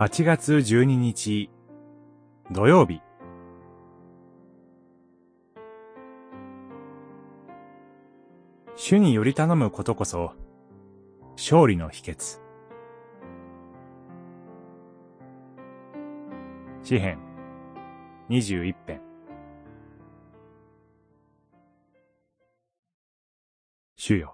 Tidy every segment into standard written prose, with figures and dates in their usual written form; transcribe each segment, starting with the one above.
8月12日土曜日。主により頼むことこそ勝利の秘訣。詩編21編。主よ、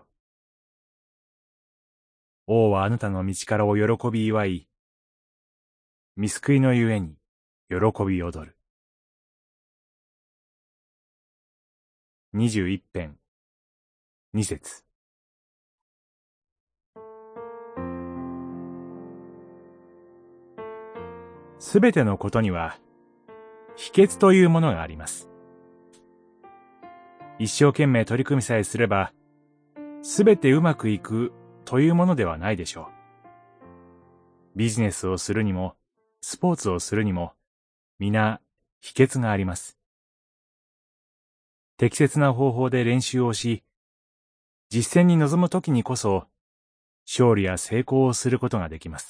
王はあなたの道からを喜び祝い、御救いのゆえに喜び踊る。21編2節。すべてのことには秘訣というものがあります。一生懸命取り組みさえすれば、すべてうまくいくというものではないでしょう。ビジネスをするにも、スポーツをするにも、皆秘訣があります。適切な方法で練習をし、実践に臨むときにこそ、勝利や成功をすることができます。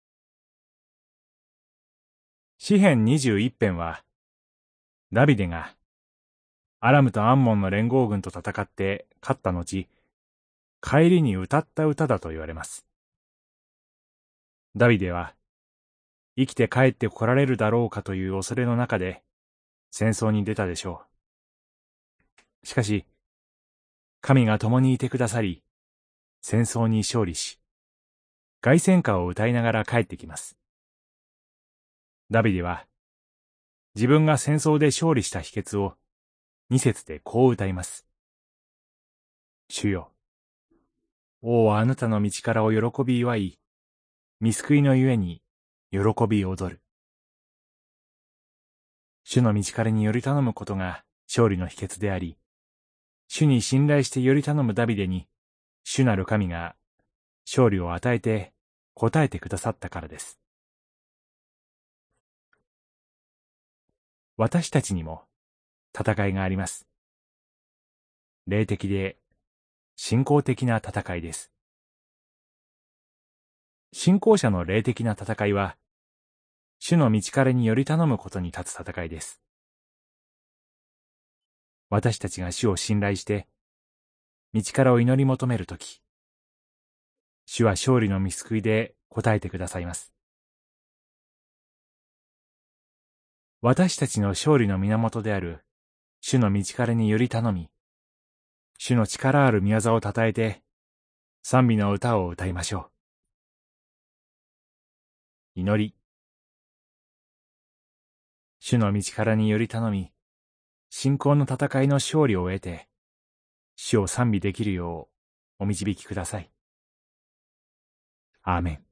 詩編21編は、ダビデが、アラムとアンモンの連合軍と戦って勝った後、帰りに歌った歌だと言われます。ダビデは、生きて帰って来られるだろうかという恐れの中で、戦争に出たでしょう。しかし、神が共にいてくださり、戦争に勝利し、凱旋歌を歌いながら帰ってきます。ダビデは、自分が戦争で勝利した秘訣を、2節でこう歌います。主よ、王はあなたの道からを喜び祝い、御救いのゆえに喜び踊る。主の道からにより頼むことが勝利の秘訣であり、主に信頼してより頼むダビデに、主なる神が勝利を与えて答えてくださったからです。私たちにも戦いがあります。霊的で信仰的な戦いです。信仰者の霊的な戦いは、主の道からにより頼むことに立つ戦いです。私たちが主を信頼して、道からを祈り求めるとき、主は勝利の御救いで答えてくださいます。私たちの勝利の源である主の道からにより頼み、主の力ある御業をたたえて、賛美の歌を歌いましょう。祈り。主の道からにより頼み、信仰の戦いの勝利を得て、主を賛美できるようお導きください。アーメン。